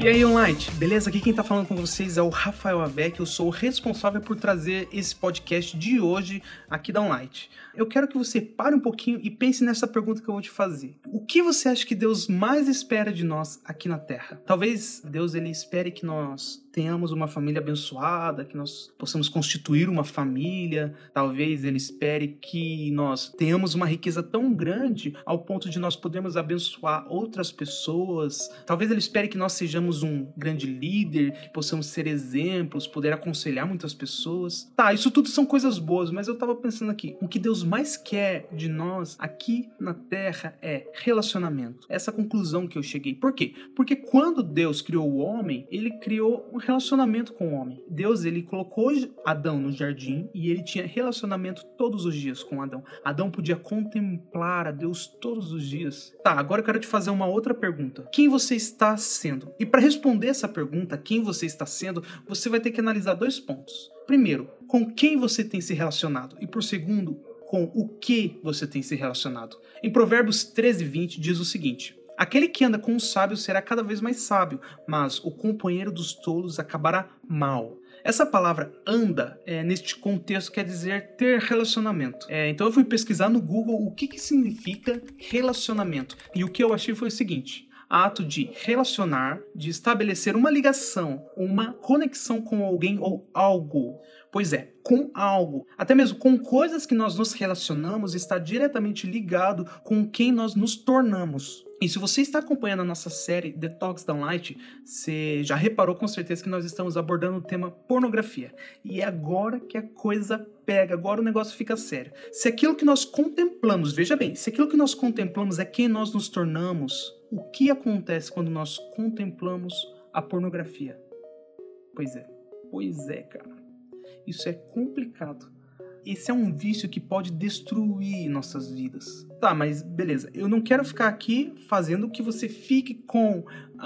E aí, Online, beleza? Aqui quem tá falando com vocês é o Rafael Avec, eu sou o responsável por trazer esse podcast de hoje aqui da Online. Eu quero que você pare um pouquinho e pense nessa pergunta que eu vou te fazer. O que você acha que Deus mais espera de nós aqui na Terra? Talvez Deus ele espere que nós tenhamos uma família abençoada, que nós possamos constituir uma família. Talvez ele espere que nós tenhamos uma riqueza tão grande ao ponto de nós podermos abençoar outras pessoas. Talvez ele espere que nós sejamos um grande líder, que possamos ser exemplos, poder aconselhar muitas pessoas. Tá, isso tudo são coisas boas, mas eu tava pensando aqui, o que Deus mais quer de nós aqui na Terra é relacionamento. Essa conclusão que eu cheguei. Por quê? Porque quando Deus criou o homem, ele criou um relacionamento com o homem. Deus, ele colocou Adão no jardim e ele tinha relacionamento todos os dias com Adão. Adão podia contemplar a Deus todos os dias. Tá, agora eu quero te fazer uma outra pergunta. Quem você está sendo? E para responder essa pergunta, quem você está sendo, você vai ter que analisar dois pontos. Primeiro, com quem você tem se relacionado? E por segundo, com o que você tem se relacionado? Em Provérbios 13:20 diz o seguinte: aquele que anda com o sábio será cada vez mais sábio, mas o companheiro dos tolos acabará mal. Essa palavra anda, neste contexto, quer dizer ter relacionamento. Então eu fui pesquisar no Google o que significa relacionamento. E o que eu achei foi o seguinte: ato de relacionar, de estabelecer uma ligação, uma conexão com alguém ou algo. Pois é, com algo. Até mesmo com coisas que nós nos relacionamos está diretamente ligado com quem nós nos tornamos. E se você está acompanhando a nossa série Detox Downlight, você já reparou com certeza que nós estamos abordando o tema pornografia. E é agora que a coisa pega, agora o negócio fica sério. Se aquilo que nós contemplamos, veja bem, se aquilo que nós contemplamos é quem nós nos tornamos, o que acontece quando nós contemplamos a pornografia? Pois é, cara. Isso é complicado. Esse é um vício que pode destruir nossas vidas. Tá, mas beleza. Eu não quero ficar aqui fazendo que você fique com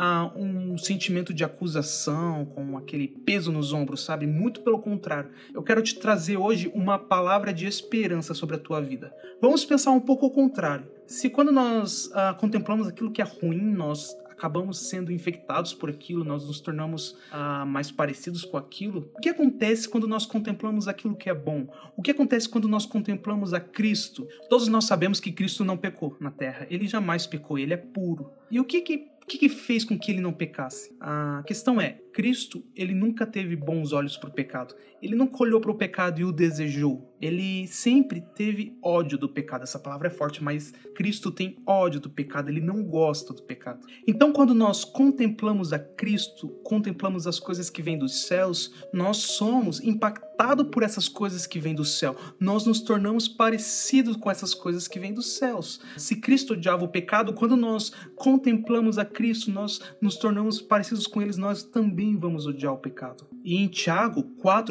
um sentimento de acusação, com aquele peso nos ombros, sabe? Muito pelo contrário. Eu quero te trazer hoje uma palavra de esperança sobre a tua vida. Vamos pensar um pouco ao contrário. Se quando nós contemplamos aquilo que é ruim, nós acabamos sendo infectados por aquilo, nós nos tornamos mais parecidos com aquilo. O que acontece quando nós contemplamos aquilo que é bom? O que acontece quando nós contemplamos a Cristo? Todos nós sabemos que Cristo não pecou na Terra. Ele jamais pecou, ele é puro. E o que fez com que ele não pecasse? A questão é, Cristo, ele nunca teve bons olhos para o pecado. Ele nunca olhou para o pecado e o desejou. Ele sempre teve ódio do pecado. Essa palavra é forte, mas Cristo tem ódio do pecado. Ele não gosta do pecado. Então, quando nós contemplamos a Cristo, contemplamos as coisas que vêm dos céus, nós somos impactados por essas coisas que vêm do céu. Nós nos tornamos parecidos com essas coisas que vêm dos céus. Se Cristo odiava o pecado, quando nós contemplamos a Cristo, nós nos tornamos parecidos com eles, nós também vamos odiar o pecado. E em Tiago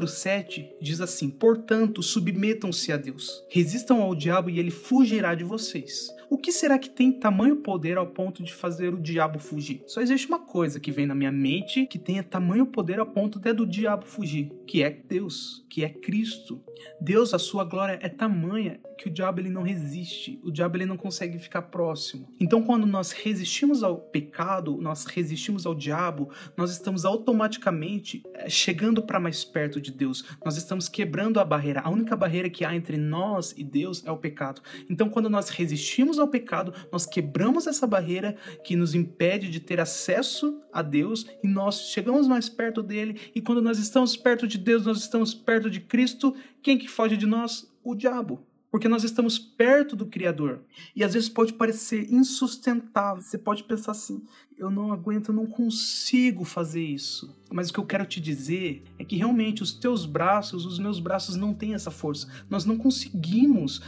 4:7 diz assim: portanto, submetam-se a Deus, resistam ao diabo e ele fugirá de vocês. O que será que tem tamanho poder ao ponto de fazer o diabo fugir? Só existe uma coisa que vem na minha mente que tenha tamanho poder ao ponto até do diabo fugir, que é Deus, que é Cristo. Deus, a sua glória é tamanha que o diabo ele não resiste, o diabo ele não consegue ficar próximo. Então quando nós resistimos ao pecado, nós resistimos ao diabo, nós estamos automaticamente chegando para mais perto de Deus. Nós estamos quebrando a barreira. A única barreira que há entre nós e Deus é o pecado. Então quando nós resistimos ao pecado, nós quebramos essa barreira que nos impede de ter acesso a Deus e nós chegamos mais perto dele. E quando nós estamos perto de Deus, nós estamos perto de Cristo. Quem que foge de nós? O diabo. Porque nós estamos perto do Criador. E às vezes pode parecer insustentável. Você pode pensar assim: eu não aguento, eu não consigo fazer isso. Mas o que eu quero te dizer é que realmente os teus braços, os meus braços não têm essa força. Nós não conseguimos,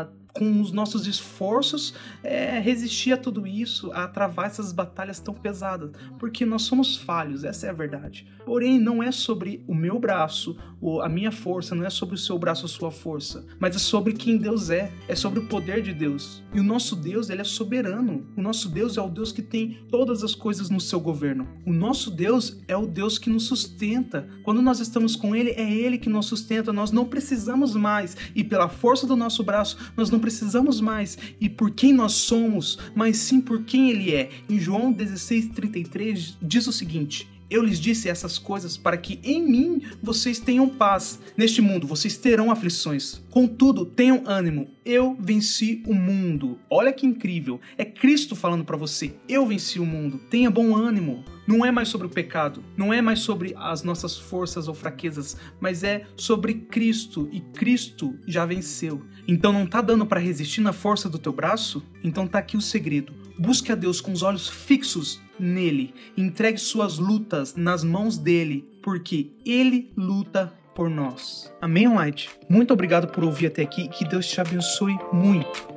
com os nossos esforços, resistir a tudo isso, a travar essas batalhas tão pesadas. Porque nós somos falhos, essa é a verdade. Porém, não é sobre o meu braço, a minha força, não é sobre o seu braço, a sua força. Mas é sobre quem Deus é sobre o poder de Deus. E o nosso Deus, ele é soberano. O nosso Deus é o Deus que tem todas as coisas no seu governo. O nosso Deus é o Deus Deus que nos sustenta. Quando nós estamos com Ele, é Ele que nos sustenta. Nós não precisamos mais ir pela força do nosso braço, nós não precisamos mais ir por quem nós somos, mas sim por quem Ele é. Em João 16:33 diz o seguinte: eu lhes disse essas coisas para que em mim vocês tenham paz. Neste mundo vocês terão aflições. Contudo, tenham ânimo. Eu venci o mundo. Olha que incrível. É Cristo falando para você. Eu venci o mundo. Tenha bom ânimo. Não é mais sobre o pecado. Não é mais sobre as nossas forças ou fraquezas. Mas é sobre Cristo. E Cristo já venceu. Então não tá dando para resistir na força do teu braço? Então tá aqui o segredo. Busque a Deus com os olhos fixos nele. Entregue suas lutas nas mãos dele, porque ele luta por nós. Amém, White? Muito obrigado por ouvir até aqui e que Deus te abençoe muito.